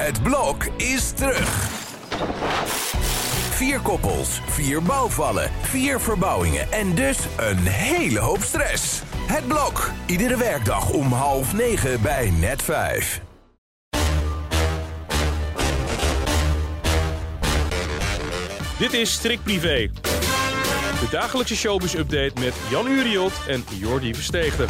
Het blok is terug. 4 koppels, 4 bouwvallen, 4 verbouwingen en dus een hele hoop stress. Het blok, iedere werkdag om 8:30 bij Net5. Dit is Strik Privé. De dagelijkse showbiz-update met Jan Uriot en Jordi Versteegde.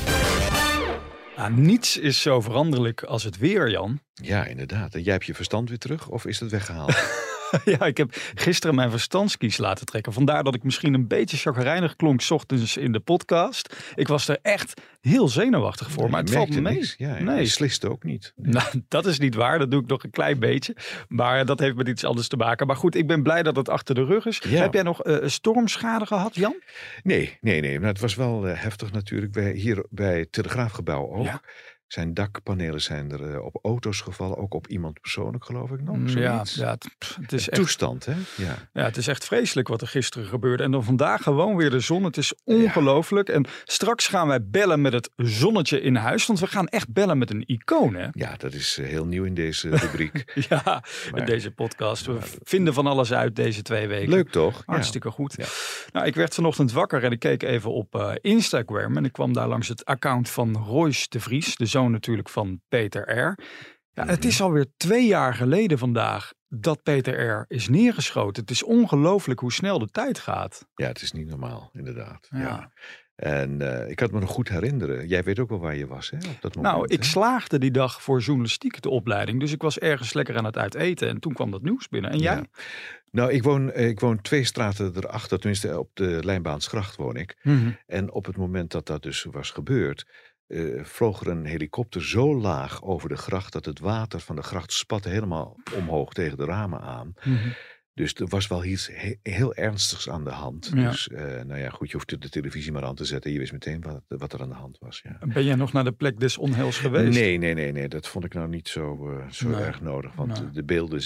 Niets is zo veranderlijk als het weer, Jan. Ja, inderdaad. En jij hebt je verstand weer terug of is het weggehaald? Ja, ik heb gisteren mijn verstandskies laten trekken. Vandaar dat ik misschien een beetje chagrijnig klonk 's ochtends in de podcast. Ik was er echt heel zenuwachtig voor, maar het valt me mee. Niks. Ja, je slist ook niet. Nee. Nou, dat is niet waar. Dat doe ik nog een klein beetje. Maar dat heeft met iets anders te maken. Maar goed, ik ben blij dat het achter de rug is. Ja. Heb jij nog stormschade gehad, Jan? Nee. Maar het was wel heftig natuurlijk. Hier bij het Telegraafgebouw ook. Ja. Zijn dakpanelen zijn er op auto's gevallen. Ook op iemand persoonlijk, geloof ik nog. Ja, het is echt, toestand, hè? Ja, het is echt vreselijk wat er gisteren gebeurde. En dan vandaag gewoon weer de zon. Het is ongelooflijk. Ja. En straks gaan wij bellen met het zonnetje in huis. Want we gaan echt bellen met een icoon, hè? Ja, dat is heel nieuw in deze rubriek. In deze podcast. We vinden van alles uit deze 2 weken. Leuk toch? Hartstikke goed. Ja. Nou, ik werd vanochtend wakker en ik keek even op Instagram. En ik kwam daar langs het account van Royce de Vries. De zoon natuurlijk van Peter R. Ja, het is alweer 2 jaar geleden vandaag dat Peter R. is neergeschoten. Het is ongelooflijk hoe snel de tijd gaat. Ja, het is niet normaal, inderdaad. Ja. Ja. En ik kan me nog goed herinneren. Jij weet ook wel waar je was, hè, op dat moment. Nou, ik slaagde die dag voor journalistiek, de opleiding. Dus ik was ergens lekker aan het uiteten. En toen kwam dat nieuws binnen. En jij? Ja. Nou, ik woon 2 straten erachter. Tenminste, op de Lijnbaansgracht woon ik. Mm-hmm. En op het moment dat dat dus was gebeurd, vloog er een helikopter zo laag over de gracht dat het water van de gracht spatte helemaal omhoog tegen de ramen aan. Mm-hmm. Dus er was wel iets heel ernstigs aan de hand. Ja. Dus goed, je hoeft de televisie maar aan te zetten. Je wist meteen wat er aan de hand was. Ja. Ben jij nog naar de plek des onheils geweest? Nee. Dat vond ik nou niet zo erg nodig. Want de beelden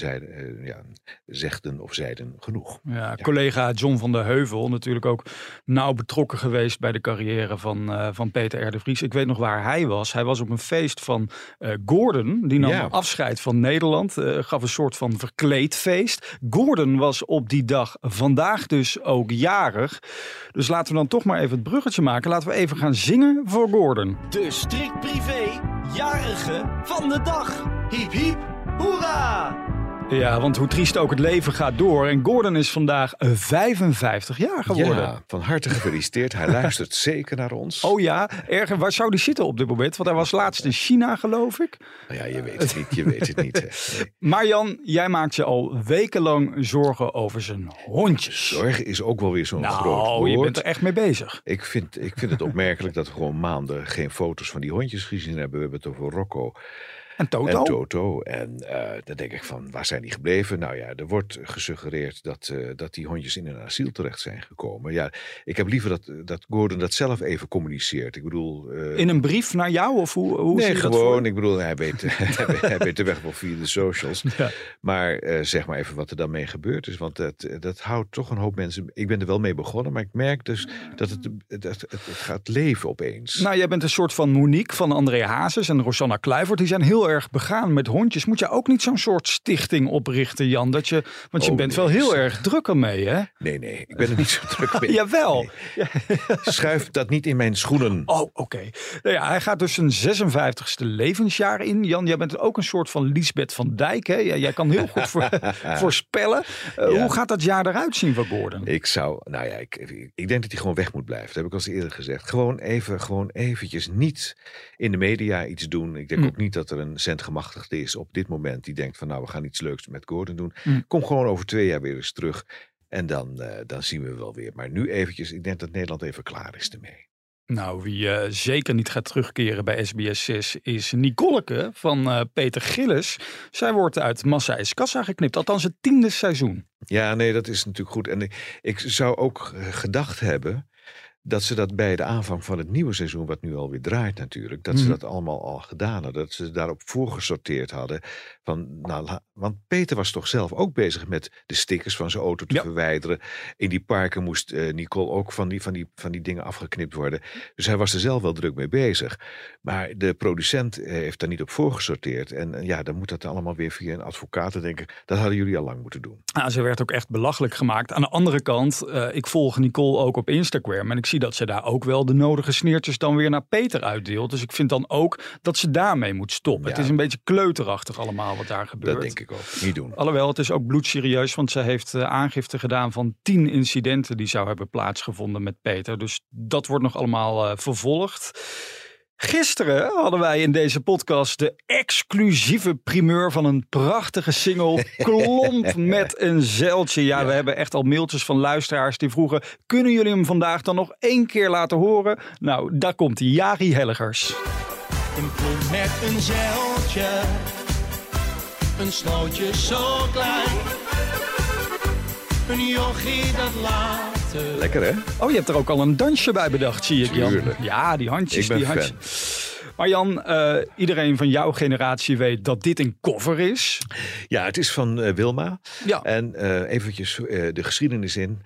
zeiden genoeg. Ja, collega John van der Heuvel, natuurlijk ook nauw betrokken geweest bij de carrière van Peter R. de Vries. Ik weet nog waar hij was. Hij was op een feest van Gordon. Die nam afscheid van Nederland. Gaf een soort van verkleedfeest. Gordon was op die dag vandaag dus ook jarig. Dus laten we dan toch maar even het bruggetje maken. Laten we even gaan zingen voor Gordon. De Strik Privé jarige van de dag. Hiep hiep, hoera! Ja, want hoe triest ook het leven gaat door. En Gordon is vandaag 55 jaar geworden. Ja, van harte gefeliciteerd. Hij luistert zeker naar ons. Oh ja, waar zou die zitten op dit moment? Want hij was laatst in China, geloof ik. Nou ja, je weet het niet. Hè. Nee. Maar Jan, jij maakt je al wekenlang zorgen over zijn hondjes. Zorgen is ook wel weer zo'n groot woord. Je bent er echt mee bezig. Ik vind het opmerkelijk dat we gewoon maanden geen foto's van die hondjes gezien hebben. We hebben het over Rocco. En Toto. En dan denk ik van, waar zijn die gebleven? Nou ja, er wordt gesuggereerd dat die hondjes in een asiel terecht zijn gekomen. Ja, ik heb liever dat Gordon dat zelf even communiceert. Ik bedoel... in een brief naar jou? Of hoe nee, zie je gewoon, dat voor? ik bedoel, hij weet de weg wel via de socials. Ja. Maar zeg maar even wat er dan mee gebeurd is. Want dat houdt toch een hoop mensen... Ik ben er wel mee begonnen, maar ik merk dus dat het gaat leven opeens. Nou, jij bent een soort van Monique van André Hazes en Rosanna Kluivert. Die zijn heel erg begaan met hondjes. Moet je ook niet zo'n soort stichting oprichten, Jan? Want je bent wel heel erg druk ermee, hè? Nee. Ik ben er niet zo druk mee. Jawel. Nee. Schuif dat niet in mijn schoenen. Oh, oké. Nou ja, hij gaat dus zijn 56e levensjaar in. Jan, jij bent ook een soort van Liesbeth van Dijk, hè? Jij kan heel goed voorspellen. Hoe gaat dat jaar eruit zien voor Gordon? Ik denk dat hij gewoon weg moet blijven. Dat heb ik al eens eerder gezegd. Gewoon eventjes niet in de media iets doen. Ik denk ook niet dat er een zendgemachtigde is op dit moment die denkt van we gaan iets leuks met Gordon doen. Kom gewoon over 2 jaar weer eens terug en dan zien we wel weer. Maar nu eventjes, ik denk dat Nederland even klaar is ermee. Nou, wie zeker niet gaat terugkeren bij SBS 6 is Nicoleke van Peter Gillis. Zij wordt uit Massa is Kassa geknipt, althans het 10e seizoen. Ja, nee, dat is natuurlijk goed. En ik zou ook gedacht hebben dat ze dat bij de aanvang van het nieuwe seizoen, wat nu alweer draait natuurlijk, dat ze dat allemaal al gedaan hadden. Dat ze daarop voorgesorteerd hadden. Want Peter was toch zelf ook bezig met de stickers van zijn auto te verwijderen. In die parken moest Nicole ook van die dingen afgeknipt worden. Dus hij was er zelf wel druk mee bezig. Maar de producent heeft daar niet op voorgesorteerd. En dan moet dat allemaal weer via een advocaat, denk ik. Dat hadden jullie al lang moeten doen. Ze werd ook echt belachelijk gemaakt. Aan de andere kant, ik volg Nicole ook op Instagram. En ik zie dat ze daar ook wel de nodige sneertjes dan weer naar Peter uitdeelt. Dus ik vind dan ook dat ze daarmee moet stoppen. Het is een beetje kleuterachtig allemaal wat daar gebeurt. Dat denk ik ook. Niet doen. Alhoewel, het is ook bloedserieus. Want ze heeft aangifte gedaan van 10 incidenten die zou hebben plaatsgevonden met Peter. Dus dat wordt nog allemaal vervolgd. Gisteren hadden wij in deze podcast de exclusieve primeur van een prachtige single, Klomp met een zeiltje. Ja, we hebben echt al mailtjes van luisteraars die vroegen, kunnen jullie hem vandaag dan nog 1 keer laten horen? Nou, daar komt die Jari Hellegers. Een klomp met een zeiltje, een slootje zo klein, een jochie dat later. Lekker, hè? Oh, je hebt er ook al een dansje bij bedacht, zie ik, Jan. Tuurlijk. Ja, die handjes. Ik ben fan. Maar Jan, iedereen van jouw generatie weet dat dit een cover is. Ja, het is van Wilma. Ja. En eventjes de geschiedenis in.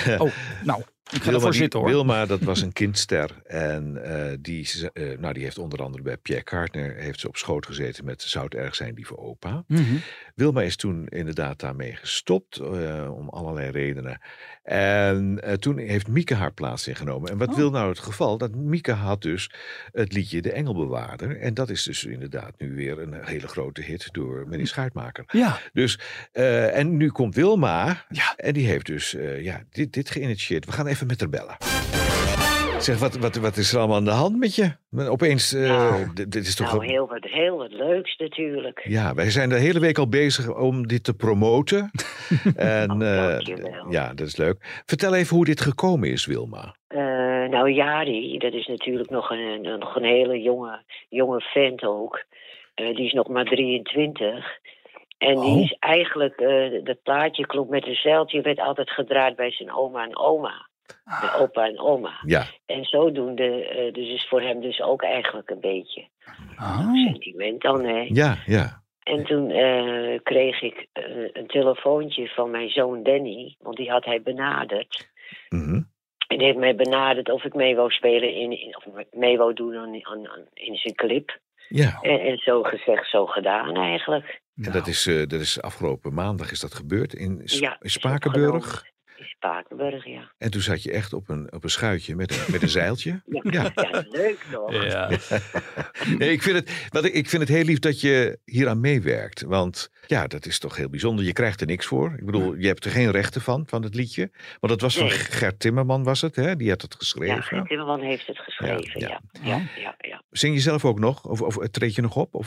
Ik ga ervoor zitten, hoor. Wilma, dat was een kindster. En die heeft onder andere bij Pierre Cardin heeft ze op schoot gezeten met Zou het erg zijn, lieve opa. Mm-hmm. Wilma is toen inderdaad daarmee gestopt, om allerlei redenen. En toen heeft Mieke haar plaats ingenomen. En wat wil nou het geval? Dat Mieke had dus het liedje De Engelbewaarder. En dat is dus inderdaad nu weer een hele grote hit door Manny Schuitmaker. Ja. Dus, en nu komt Wilma. Ja. En die heeft dus dit geïnitieerd. We gaan even met haar bellen. Zeg, wat is er allemaal aan de hand met je? Opeens, dit is toch... heel wat leuks natuurlijk. Ja, wij zijn de hele week al bezig om dit te promoten. En dat is leuk. Vertel even hoe dit gekomen is, Wilma. Jari, dat is natuurlijk nog een hele jonge vent ook. Die is nog maar 23. En die is eigenlijk, dat plaatje Klomp met een zeiltje werd altijd gedraaid bij zijn oma en oma. De opa en oma. Ja. En zodoende, dus is voor hem dus ook eigenlijk een beetje sentiment dan, hè. Ja, ja. En toen kreeg ik een telefoontje van mijn zoon Danny, want die had hij benaderd. Mm-hmm. En die heeft mij benaderd of ik mee wou spelen of mee wou doen in zijn clip. Ja. En zo gezegd, zo gedaan eigenlijk. En dat is afgelopen maandag is dat gebeurd in Spakenburg. In Spakenburg, ja. En toen zat je echt op een schuitje met een zeiltje. Ja, leuk toch? Ja. Nee, ik vind het heel lief dat je hieraan meewerkt. Want ja, dat is toch heel bijzonder. Je krijgt er niks voor. Ik bedoel, je hebt er geen rechten van het liedje. Want het was van Gert Timmerman, was het, hè? Die had het geschreven. Ja, Gert Timmerman heeft het geschreven, ja. Zing je zelf ook nog? Of treed je nog op?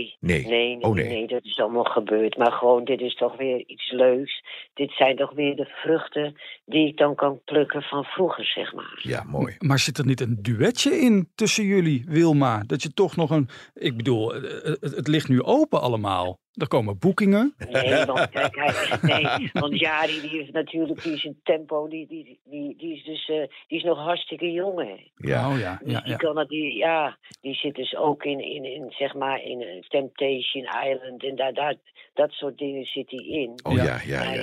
Nee, dat is allemaal gebeurd. Maar gewoon, dit is toch weer iets leuks. Dit zijn toch weer de vruchten die ik dan kan plukken van vroeger, zeg maar. Ja, mooi. Maar zit er niet een duetje in tussen jullie, Wilma? Dat je toch nog ik bedoel, het ligt nu open allemaal. Er komen boekingen. Nee, want Jari die heeft natuurlijk zijn tempo, die is dus die is nog hartstikke jong, hè. Ja. Die zit dus ook in zeg maar in Temptation Island en dat soort dingen zit hij in. Oh ja.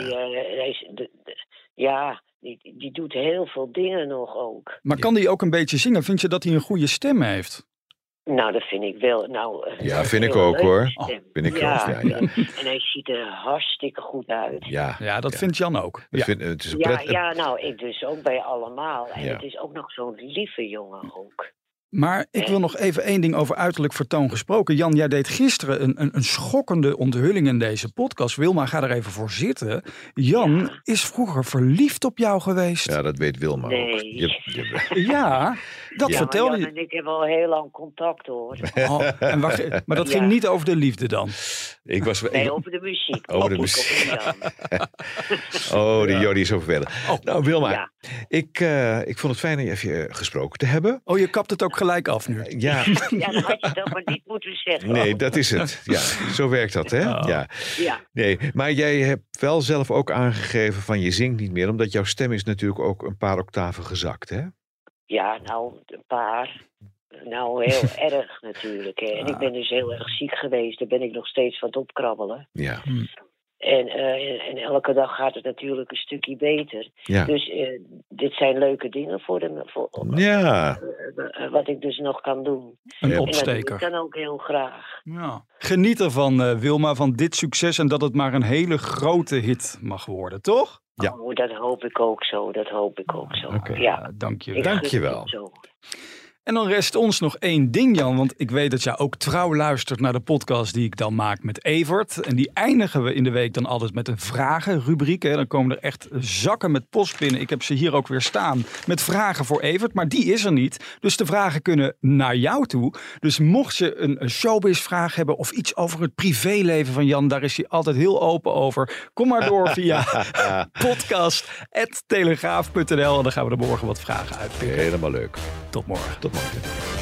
Die doet heel veel dingen nog ook. Maar kan die ook een beetje zingen? Vind je dat hij een goede stem heeft? Nou, dat vind ik wel. Vind ik ook, hoor. Vind ik ook, ja. En hij ziet er hartstikke goed uit. Ja, dat vindt Jan ook. Het is ik dus ook bij allemaal. En het is ook nog zo'n lieve jongen ook. Maar ik wil nog even 1 ding over uiterlijk vertoon gesproken. Jan, jij deed gisteren een schokkende onthulling in deze podcast. Wilma, ga er even voor zitten. Jan is vroeger verliefd op jou geweest. Ja, dat weet Wilma ook. Ja, dat vertelde je. Jan en ik hebben al heel lang contact, hoor. Maar dat ging niet over de liefde dan? Over de muziek. Over de muziek. Die Jordi is zo vervelend. Nou, Wilma, ik vond het fijn je gesproken te hebben. Oh, je kapt het ook gelijk af nu. Ja. Dan had je dat maar niet moeten zeggen. Nee, dat is het. Ja, zo werkt dat, hè? Oh. Ja. Nee, maar jij hebt wel zelf ook aangegeven van je zingt niet meer, omdat jouw stem is natuurlijk ook een paar octaven gezakt, hè? Ja, nou, een paar. Nou, heel erg natuurlijk. Hè. En ik ben dus heel erg ziek geweest. Daar ben ik nog steeds van het opkrabbelen. Ja. En elke dag gaat het natuurlijk een stukje beter. Ja. Dus dit zijn leuke dingen Ja. wat ik dus nog kan doen. Een opsteker. En dat doe ik dan ook heel graag. Ja. Geniet ervan, Wilma, van dit succes en dat het maar een hele grote hit mag worden, toch? Ja. Oh, dat hoop ik ook zo. Oké, Ja, dank je. Ik gun wel. het zo. En dan rest ons nog één ding, Jan. Want ik weet dat jij ook trouw luistert naar de podcast die ik dan maak met Evert. En die eindigen we in de week dan altijd met een vragenrubriek. Hè. Dan komen er echt zakken met post binnen. Ik heb ze hier ook weer staan met vragen voor Evert. Maar die is er niet. Dus de vragen kunnen naar jou toe. Dus mocht je een showbiz-vraag hebben of iets over het privéleven van Jan. Daar is hij altijd heel open over. Kom maar door via podcast@telegraaf.nl. En dan gaan we er morgen wat vragen uitpikken. Helemaal leuk. Tot morgen. Tot morgen.